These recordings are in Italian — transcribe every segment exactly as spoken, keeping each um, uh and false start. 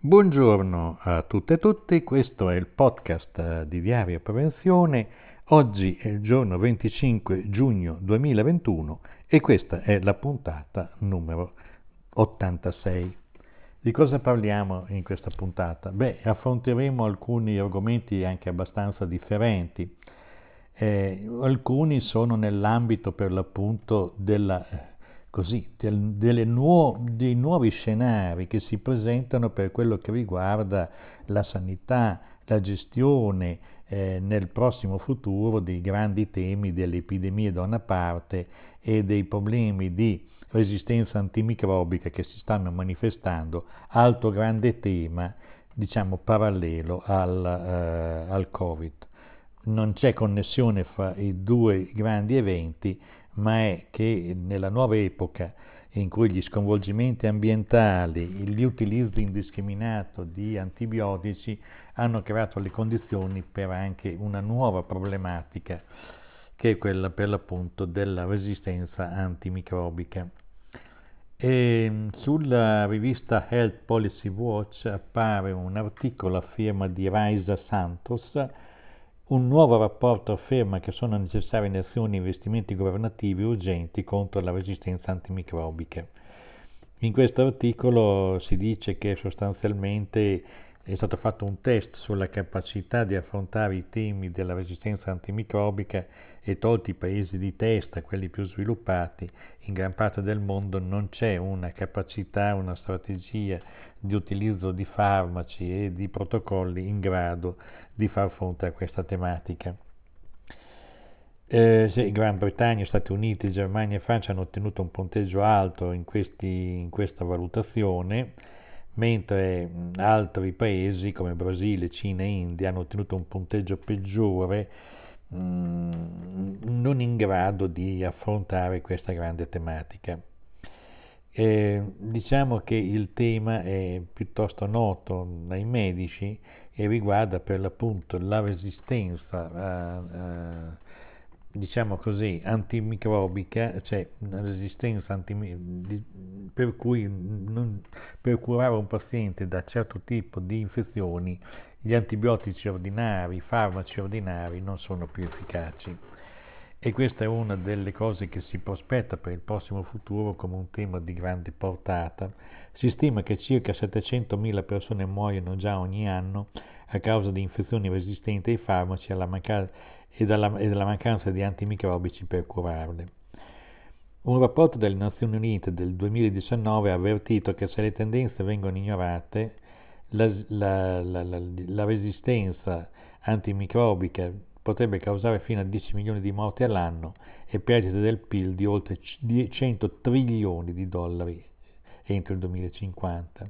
Buongiorno a tutte e tutti, questo è il podcast eh, di Diario Prevenzione. Oggi è il giorno venticinque giugno duemilaventuno e questa è la puntata numero ottantasei. Di cosa parliamo in questa puntata? Beh, affronteremo alcuni argomenti anche abbastanza differenti. Eh, alcuni sono nell'ambito per l'appunto della, eh, così, del, delle nuo- dei nuovi scenari che si presentano per quello che riguarda la sanità, la gestione eh, nel prossimo futuro dei grandi temi delle epidemie da una parte e dei problemi di resistenza antimicrobica che si stanno manifestando, altro grande tema, diciamo, parallelo al, eh, al Covid. Non c'è connessione fra i due grandi eventi, ma è che nella nuova epoca in cui gli sconvolgimenti ambientali, gli utilizzi indiscriminato di antibiotici hanno creato le condizioni per anche una nuova problematica, che è quella per l'appunto della resistenza antimicrobica. E sulla rivista Health Policy Watch appare un articolo a firma di Raisa Santos. Un nuovo rapporto afferma che sono necessarie azioni e investimenti governativi urgenti contro la resistenza antimicrobica. In questo articolo si dice che sostanzialmente è stato fatto un test sulla capacità di affrontare i temi della resistenza antimicrobica e tolti i paesi di testa, quelli più sviluppati, in gran parte del mondo non c'è una capacità, una strategia di utilizzo di farmaci e di protocolli in grado di far fronte a questa tematica. Eh, sì, Gran Bretagna, Stati Uniti, Germania e Francia hanno ottenuto un punteggio alto in, questi, in questa valutazione, mentre mh, altri paesi come Brasile, Cina e India hanno ottenuto un punteggio peggiore, mh, non in grado di affrontare questa grande tematica. Eh, diciamo che il tema è piuttosto noto dai medici e riguarda per l'appunto la resistenza a, a, diciamo così, antimicrobica, cioè una resistenza antimi- per cui non, per curare un paziente da certo tipo di infezioni gli antibiotici ordinari, i farmaci ordinari non sono più efficaci. E questa è una delle cose che si prospetta per il prossimo futuro come un tema di grande portata. Si stima che circa settecentomila persone muoiono già ogni anno a causa di infezioni resistenti ai farmaci alla manca- e, dalla, e della mancanza di antimicrobici per curarle. Un rapporto delle Nazioni Unite del duemiladiciannove ha avvertito che se le tendenze vengono ignorate, la, la, la, la, la resistenza antimicrobica potrebbe causare fino a dieci milioni di morti all'anno e perdite del P I L di oltre cento trilioni di dollari entro il duemilacinquanta.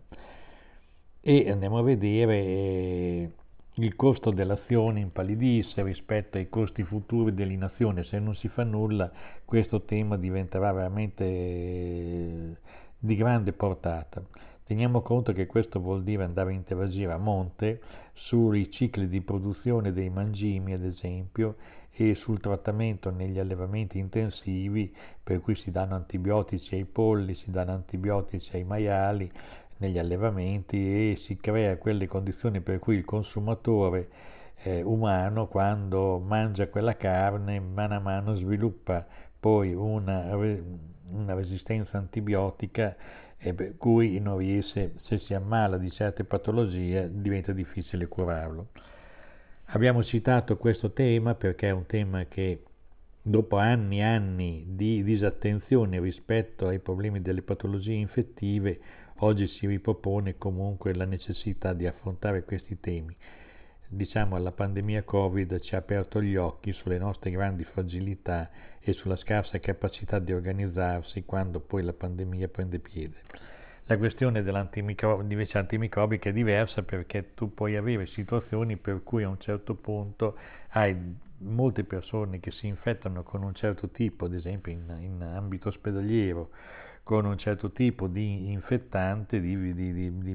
E andiamo a vedere eh, il costo dell'azione impallidisce rispetto ai costi futuri dell'inazione. Se non si fa nulla, questo tema diventerà veramente eh, di grande portata. Teniamo conto che questo vuol dire andare a interagire a monte sui cicli di produzione dei mangimi, ad esempio, e sul trattamento negli allevamenti intensivi, per cui si danno antibiotici ai polli, si danno antibiotici ai maiali negli allevamenti e si crea quelle condizioni per cui il consumatore eh, umano, quando mangia quella carne, mano a mano sviluppa poi una, una resistenza antibiotica e per cui non riesce, se si ammala di certe patologie, diventa difficile curarlo. Abbiamo citato questo tema perché è un tema che dopo anni e anni di disattenzione rispetto ai problemi delle patologie infettive, oggi si ripropone comunque la necessità di affrontare questi temi. Diciamo la pandemia Covid ci ha aperto gli occhi sulle nostre grandi fragilità e sulla scarsa capacità di organizzarsi quando poi la pandemia prende piede. La questione dell'antimicro- invece antimicrobica è diversa perché tu puoi avere situazioni per cui a un certo punto hai molte persone che si infettano con un certo tipo, ad esempio in, in ambito ospedaliero, con un certo tipo di infettante, di, di, di,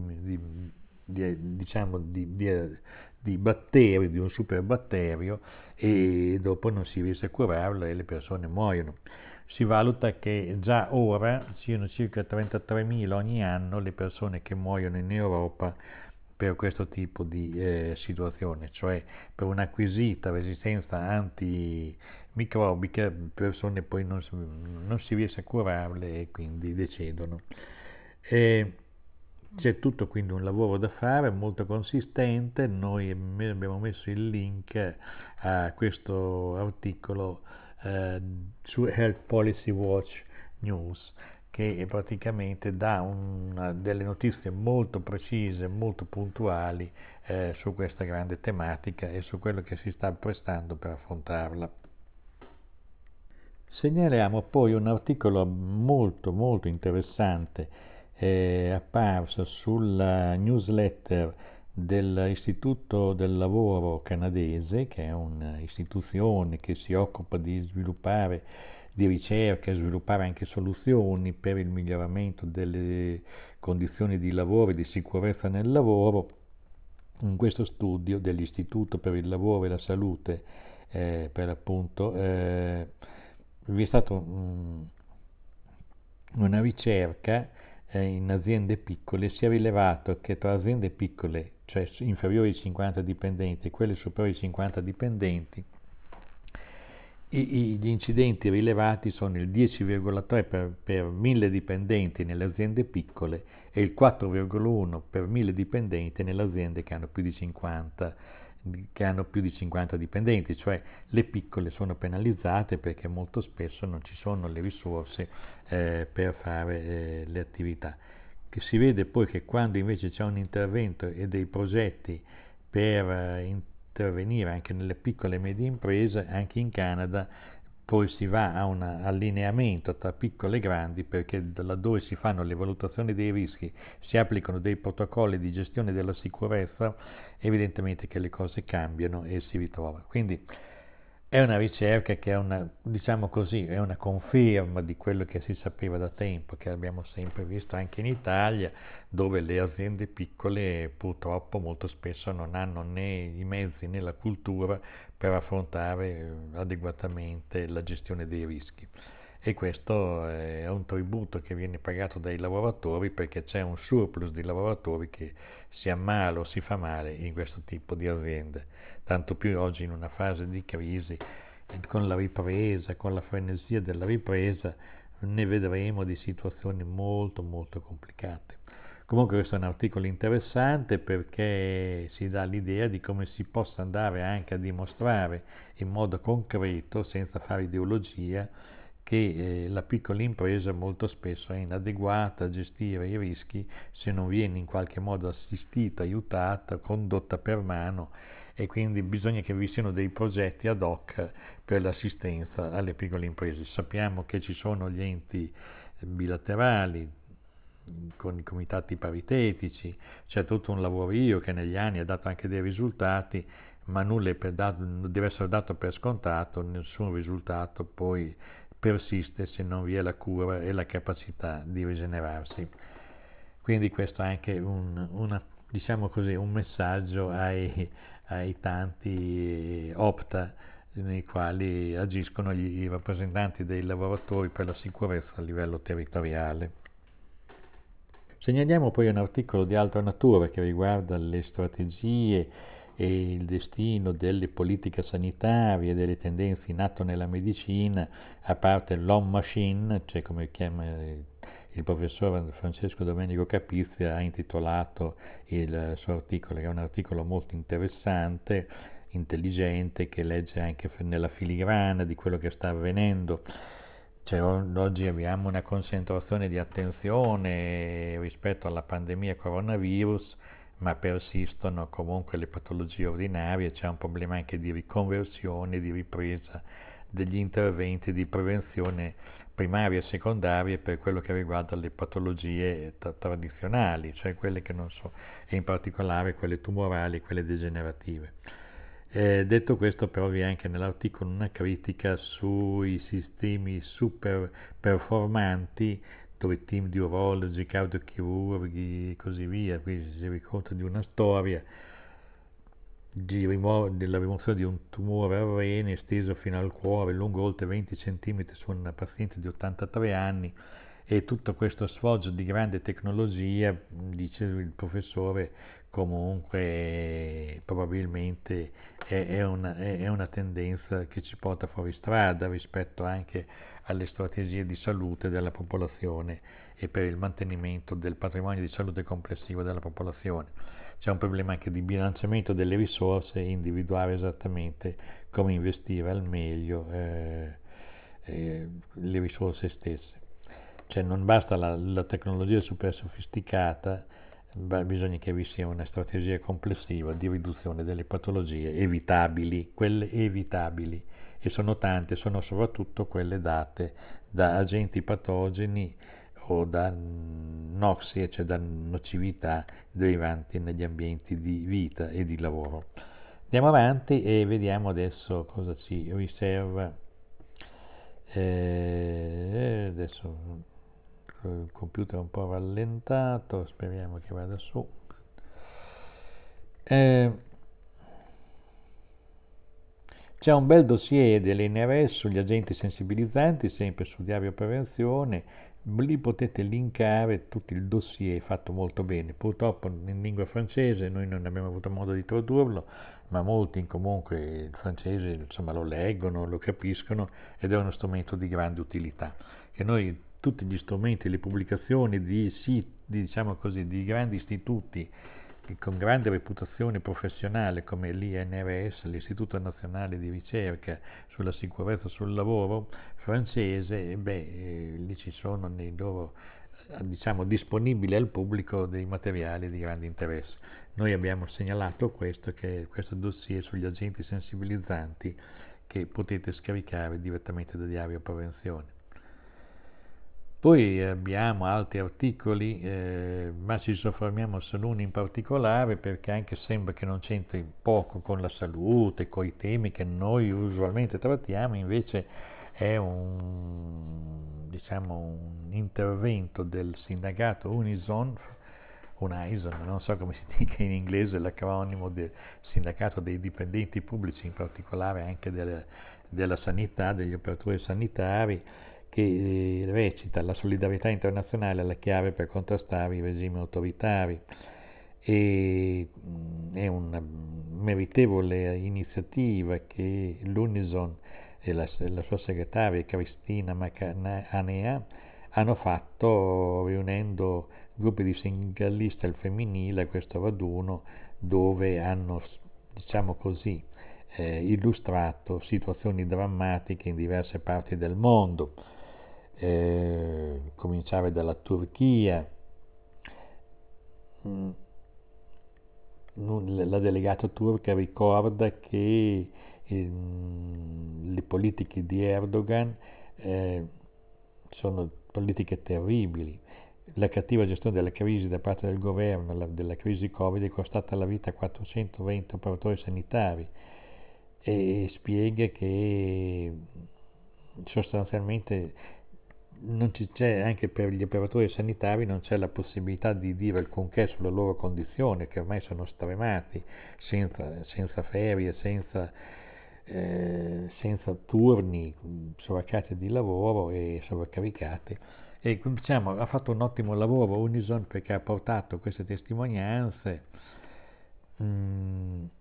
di diciamo di, di batterio, di un superbatterio, e dopo non si riesce a curarlo e le persone muoiono. si valuta che già ora siano circa trentatremila ogni anno le persone che muoiono in Europa per questo tipo di eh, situazione, cioè per un'acquisita resistenza antimicrobica, persone poi non, non si riesce a curarle e quindi decedono. E c'è tutto quindi un lavoro da fare molto consistente. Noi abbiamo messo il link a questo articolo eh, su Health Policy Watch News, che praticamente dà una, delle notizie molto precise, molto puntuali eh, su questa grande tematica e su quello che si sta prestando per affrontarla. Segnaliamo poi un articolo molto molto interessante eh, apparso sulla newsletter dell'Istituto del Lavoro canadese, che è un'istituzione che si occupa di sviluppare, di ricerca e sviluppare anche soluzioni per il miglioramento delle condizioni di lavoro e di sicurezza nel lavoro. In questo studio dell'Istituto per il Lavoro e la Salute, eh, per appunto, eh, vi è stata un, una ricerca eh, in aziende piccole. Si è rilevato che tra aziende piccole, cioè inferiori ai cinquanta dipendenti, e quelle superiori ai cinquanta dipendenti, I, gli incidenti rilevati sono il dieci virgola tre per, per mille dipendenti nelle aziende piccole e il quattro virgola uno per mille dipendenti nelle aziende che hanno più di cinquanta, che hanno più di cinquanta dipendenti, cioè le piccole sono penalizzate perché molto spesso non ci sono le risorse eh, per fare eh, le attività. Che si vede poi che quando invece c'è un intervento e dei progetti per eh, intervenire anche nelle piccole e medie imprese, anche in Canada, poi si va a un allineamento tra piccole e grandi, perché laddove si fanno le valutazioni dei rischi, si applicano dei protocolli di gestione della sicurezza, evidentemente che le cose cambiano e si ritrova. Quindi è una ricerca che è una, diciamo così, è una conferma di quello che si sapeva da tempo, che abbiamo sempre visto anche in Italia, dove le aziende piccole purtroppo molto spesso non hanno né i mezzi né la cultura per affrontare adeguatamente la gestione dei rischi. E questo è un tributo che viene pagato dai lavoratori, perché c'è un surplus di lavoratori che si ammala o si fa male in questo tipo di aziende. Tanto più oggi in una fase di crisi, con la ripresa, con la frenesia della ripresa, ne vedremo di situazioni molto molto complicate. Comunque questo è un articolo interessante perché si dà l'idea di come si possa andare anche a dimostrare in modo concreto, senza fare ideologia, che eh, la piccola impresa molto spesso è inadeguata a gestire i rischi se non viene in qualche modo assistita, aiutata, condotta per mano, e quindi bisogna che vi siano dei progetti ad hoc per l'assistenza alle piccole imprese. Sappiamo che ci sono gli enti bilaterali con i comitati paritetici, c'è tutto un lavorio che negli anni ha dato anche dei risultati, ma nulla è per dato, deve essere dato per scontato, nessun risultato poi persiste se non vi è la cura e la capacità di rigenerarsi. Quindi questo è anche un, una, diciamo così, un messaggio ai, ai tanti opta nei quali agiscono gli, i rappresentanti dei lavoratori per la sicurezza a livello territoriale. Segnaliamo poi un articolo di altra natura che riguarda le strategie e il destino delle politiche sanitarie, delle tendenze in atto nella medicina, a parte l'home machine, cioè come chiama il professor Francesco Domenico Capizia, ha intitolato il suo articolo, che è un articolo molto interessante, intelligente, che legge anche nella filigrana di quello che sta avvenendo. Cioè, oggi abbiamo una concentrazione di attenzione rispetto alla pandemia coronavirus, ma persistono comunque le patologie ordinarie, c'è un problema anche di riconversione, di ripresa degli interventi di prevenzione primaria e secondaria per quello che riguarda le patologie tra- tradizionali, cioè quelle che non so, e in particolare quelle tumorali e quelle degenerative. Eh, detto questo, però, vi è anche nell'articolo una critica sui sistemi super performanti, dove team di urologi, cardiochirurghi e così via, qui si riconta di una storia di rimo- della rimozione di un tumore al rene esteso fino al cuore, lungo oltre venti centimetri su una paziente di ottantatré anni, e tutto questo sfoggio di grande tecnologia, dice il professore, comunque probabilmente è, è una, è- è una tendenza che ci porta fuori strada rispetto anche alle strategie di salute della popolazione e per il mantenimento del patrimonio di salute complessivo della popolazione. C'è un problema anche di bilanciamento delle risorse e individuare esattamente come investire al meglio eh, eh, le risorse stesse. Cioè non basta la, la tecnologia super sofisticata, ma bisogna che vi sia una strategia complessiva di riduzione delle patologie evitabili, quelle evitabili, e sono tante, sono soprattutto quelle date da agenti patogeni o da noxie, cioè da nocività derivanti negli ambienti di vita e di lavoro. Andiamo avanti e vediamo adesso cosa ci riserva. Eh, adesso il computer è un po' rallentato, speriamo che vada su. Eh, C'è un bel dossier dell'N R S sugli agenti sensibilizzanti, sempre su Diario Prevenzione. Lì potete linkare tutto il dossier, fatto molto bene. Purtroppo in lingua francese noi non abbiamo avuto modo di tradurlo, ma molti comunque il francese insomma, lo leggono, lo capiscono ed è uno strumento di grande utilità. E noi tutti gli strumenti, le pubblicazioni di, sì, diciamo così, di grandi istituti con grande reputazione professionale come l'I N R S, l'Istituto Nazionale di Ricerca sulla Sicurezza sul Lavoro francese, beh, eh, lì ci sono nei loro, diciamo, disponibili al pubblico dei materiali di grande interesse. Noi abbiamo segnalato questo, che è questo dossier sugli agenti sensibilizzanti che potete scaricare direttamente da Diario Prevenzione. Poi abbiamo altri articoli, eh, ma ci soffermiamo su uno in particolare perché anche sembra che non c'entri poco con la salute, con i temi che noi usualmente trattiamo, invece è un, diciamo, un intervento del sindacato Unison, Unison, non so come si dica in inglese, l'acronimo del sindacato dei dipendenti pubblici, in particolare anche della, della sanità, degli operatori sanitari, che eh, recita: la solidarietà internazionale è la chiave per contrastare i regimi autoritari. E mh, è una meritevole iniziativa che l'Unison e la, la sua segretaria Cristina Macanea hanno fatto riunendo gruppi di sindacalisti al femminile a questo raduno, dove hanno, diciamo così, eh, illustrato situazioni drammatiche in diverse parti del mondo, eh, cominciare dalla Turchia. Mm, La delegata turca ricorda che eh, le politiche di Erdogan eh, sono politiche terribili. La cattiva gestione della crisi da parte del governo, la, della crisi Covid, è costata la vita a quattrocentoventi operatori sanitari, e spiega che sostanzialmente non ci c'è, anche per gli operatori sanitari non c'è la possibilità di dire alcunché sulla loro condizione, che ormai sono stremati, senza, senza ferie, senza, eh, senza turni, sovraccariati di lavoro e sovraccaricati. E diciamo, ha fatto un ottimo lavoro Unison perché ha portato queste testimonianze. Mm,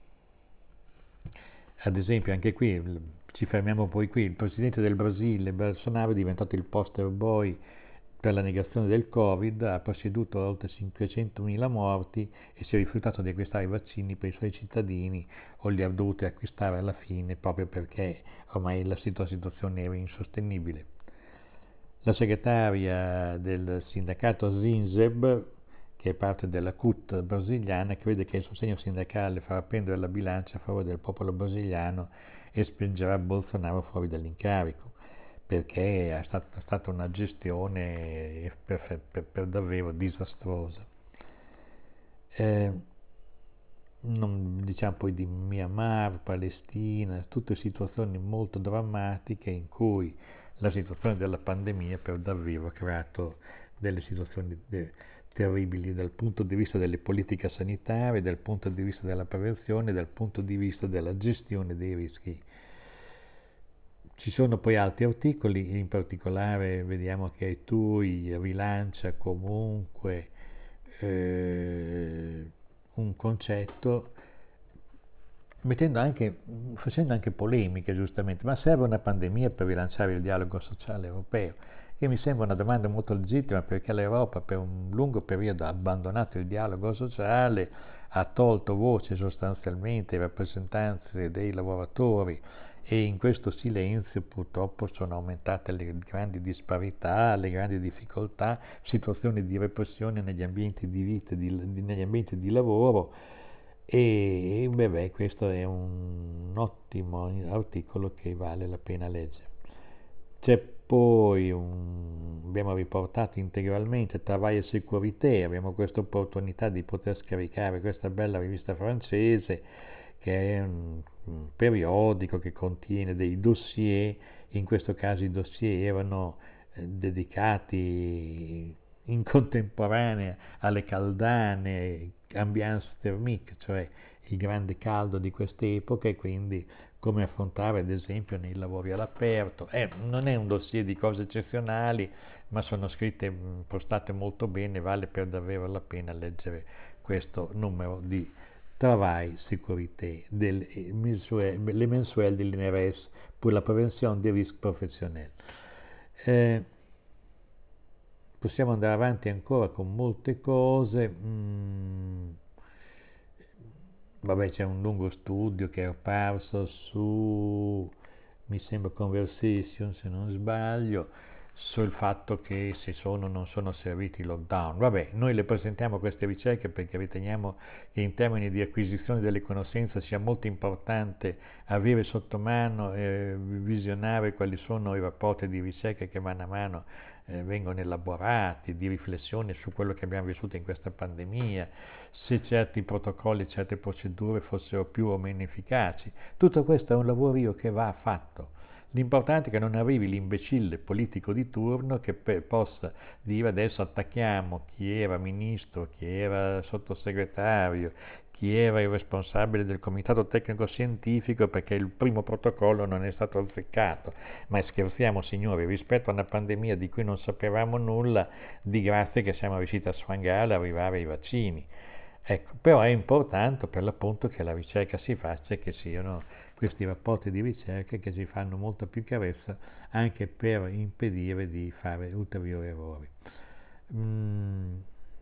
Ad esempio, anche qui ci fermiamo poi qui. Il presidente del Brasile, Bolsonaro, è diventato il poster boy per la negazione del Covid, ha proceduto a oltre cinquecentomila morti e si è rifiutato di acquistare i vaccini per i suoi cittadini, o li ha dovuti acquistare alla fine proprio perché ormai la situazione era insostenibile. La segretaria del sindacato SINSEB, che è parte della C U T brasiliana, crede che il sostegno sindacale farà pendere la bilancia a favore del popolo brasiliano e spingerà Bolsonaro fuori dall'incarico, perché è stata, è stata una gestione per, per, per davvero disastrosa. Eh, non diciamo poi di Myanmar, Palestina, tutte situazioni molto drammatiche in cui la situazione della pandemia per davvero ha creato delle situazioni de- terribili dal punto di vista delle politiche sanitarie, dal punto di vista della prevenzione, dal punto di vista della gestione dei rischi. Ci sono poi altri articoli, in particolare vediamo che Etui rilancia comunque eh, un concetto, mettendo anche, facendo anche polemiche giustamente, ma serve una pandemia per rilanciare il dialogo sociale europeo? Che mi sembra una domanda molto legittima, perché l'Europa per un lungo periodo ha abbandonato il dialogo sociale, ha tolto voce sostanzialmente ai rappresentanti dei lavoratori, e in questo silenzio purtroppo sono aumentate le grandi disparità, le grandi difficoltà, situazioni di repressione negli ambienti di vita, di, negli ambienti di lavoro. E beh, beh, questo è un ottimo articolo che vale la pena leggere. C'è poi un, abbiamo riportato integralmente Travail e Sécurité, abbiamo questa opportunità di poter scaricare questa bella rivista francese, che è un, un periodico che contiene dei dossier. In questo caso i dossier erano eh, dedicati in contemporanea alle caldane, ambiance thermique, cioè il grande caldo di quest'epoca, e quindi come affrontare ad esempio nei lavori all'aperto. Eh, non è un dossier di cose eccezionali, ma sono scritte, postate molto bene, vale per davvero la pena leggere questo numero di Travail, Sécurité, del, mensuel, les mensuels de l'I N R S pour la prévention des risques professionnels. Eh, possiamo andare avanti ancora con molte cose. Mm, vabbè, c'è un lungo studio che è apparso su, mi sembra Conversation se non sbaglio, sul fatto che se sono o non sono serviti i lockdown. Vabbè, noi le presentiamo queste ricerche perché riteniamo che in termini di acquisizione delle conoscenze sia molto importante avere sotto mano e visionare quali sono i rapporti di ricerca che mano a mano eh, vengono elaborati, di riflessione su quello che abbiamo vissuto in questa pandemia, se certi protocolli, certe procedure fossero più o meno efficaci. Tutto questo è un lavorio che va fatto. L'importante è che non arrivi l'imbecille politico di turno che per, possa dire adesso attacchiamo chi era ministro, chi era sottosegretario, chi era il responsabile del comitato tecnico scientifico perché il primo protocollo non è stato azzeccato. Ma scherziamo, signori, rispetto a una pandemia di cui non sapevamo nulla, di grazia che siamo riusciti a sfangare e arrivare ai vaccini. Ecco, però è importante per l'appunto che la ricerca si faccia e che siano questi rapporti di ricerca che ci fanno molta più chiarezza anche per impedire di fare ulteriori errori. Mm,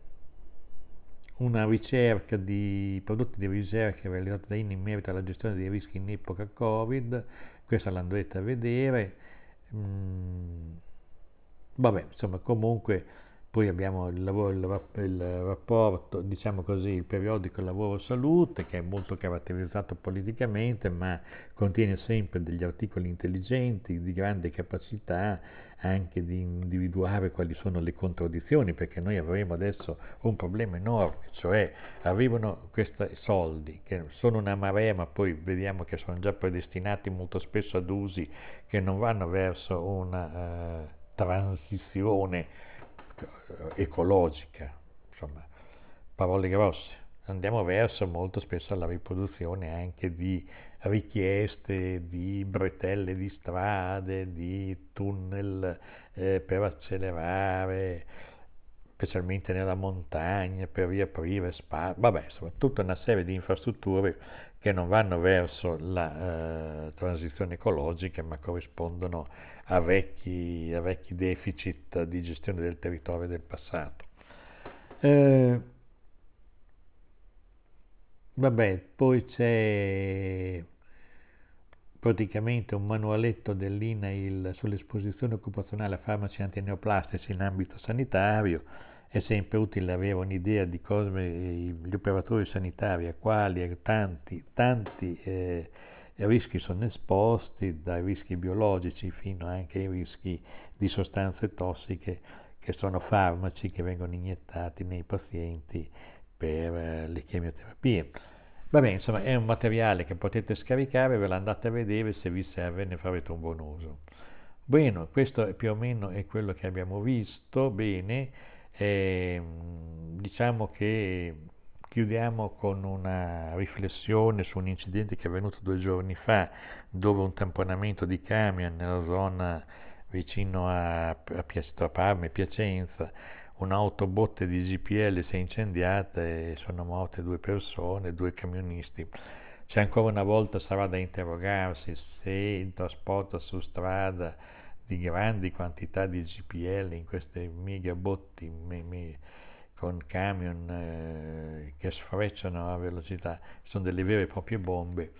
una ricerca di prodotti di ricerca realizzata da I N I in merito alla gestione dei rischi in epoca Covid, questa l'andrete a vedere. Mm, vabbè, insomma, comunque poi abbiamo il, lavoro, il, il rapporto, diciamo così, il periodico Lavoro Salute, che è molto caratterizzato politicamente, ma contiene sempre degli articoli intelligenti, di grande capacità anche di individuare quali sono le contraddizioni, perché noi avremo adesso un problema enorme, cioè arrivano questi soldi che sono una marea, ma poi vediamo che sono già predestinati molto spesso ad usi che non vanno verso una uh, transizione ecologica, insomma, parole grosse. Andiamo verso molto spesso alla riproduzione anche di richieste di bretelle di strade, di tunnel eh, per accelerare, specialmente nella montagna, per riaprire spazi, vabbè, insomma, tutta una serie di infrastrutture che non vanno verso la eh, transizione ecologica, ma corrispondono a vecchi, a vecchi deficit di gestione del territorio del passato. Eh, vabbè, poi c'è praticamente un manualetto dell'I N A I L sull'esposizione occupazionale a farmaci antineoplastici in ambito sanitario. È sempre utile avere un'idea di come gli operatori sanitari, a quali a tanti, tanti eh, rischi sono esposti, dai rischi biologici fino anche ai rischi di sostanze tossiche, che sono farmaci che vengono iniettati nei pazienti per eh, le chemioterapie. Vabbè, insomma, è un materiale che potete scaricare, ve l'andate a vedere, se vi serve ne farete un buon uso. Bene, questo è più o meno è quello che abbiamo visto. Bene, E, diciamo che chiudiamo con una riflessione su un incidente che è avvenuto due giorni fa, dove un tamponamento di camion nella zona vicino a, a, a Parma e Piacenza, un'autobotte di G P L si è incendiata e sono morte due persone, due camionisti. C'è ancora una volta sarà da interrogarsi se il trasporto su strada di grandi quantità di G P L in queste megabotti me, me, con camion eh, che sfrecciano a velocità, sono delle vere e proprie bombe,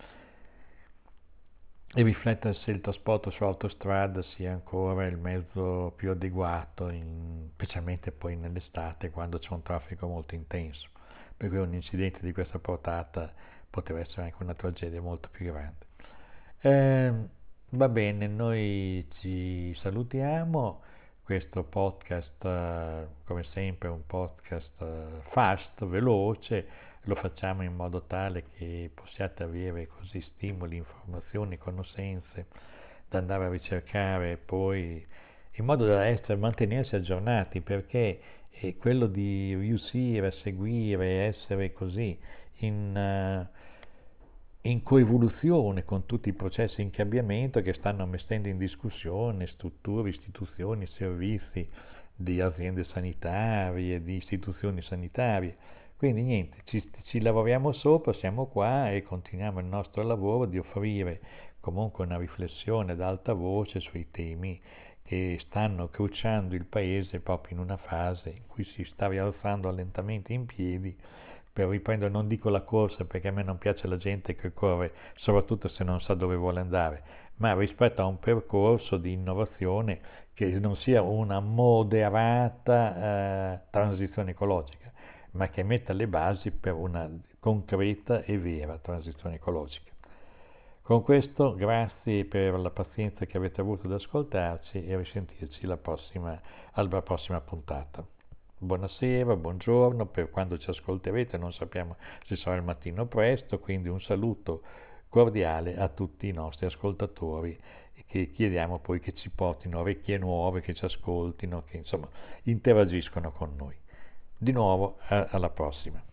e riflettere se il trasporto su autostrada sia ancora il mezzo più adeguato, in, specialmente poi nell'estate quando c'è un traffico molto intenso, per cui un incidente di questa portata poteva essere anche una tragedia molto più grande. Eh, Va bene, noi ci salutiamo. Questo podcast, eh, come sempre, è un podcast eh, fast, veloce, lo facciamo in modo tale che possiate avere così stimoli, informazioni, conoscenze da andare a ricercare poi, in modo da essere, mantenersi aggiornati, perché è quello di riuscire a seguire, essere così in, eh, in coevoluzione con tutti i processi in cambiamento che stanno mettendo in discussione strutture, istituzioni, servizi di aziende sanitarie, di istituzioni sanitarie. Quindi niente, ci, ci lavoriamo sopra, siamo qua e continuiamo il nostro lavoro di offrire comunque una riflessione ad alta voce sui temi che stanno cruciando il paese proprio in una fase in cui si sta rialzando lentamente in piedi per riprendere, non dico la corsa perché a me non piace la gente che corre, soprattutto se non sa dove vuole andare, ma rispetto a un percorso di innovazione che non sia una moderata eh, transizione ecologica, ma che metta le basi per una concreta e vera transizione ecologica. Con questo, grazie per la pazienza che avete avuto ad ascoltarci e a risentirci la prossima, alla prossima puntata. Buonasera, buongiorno, per quando ci ascolterete, non sappiamo se sarà il mattino presto, quindi un saluto cordiale a tutti i nostri ascoltatori che chiediamo poi che ci portino orecchie nuove, che ci ascoltino, che insomma interagiscono con noi. Di nuovo, alla prossima.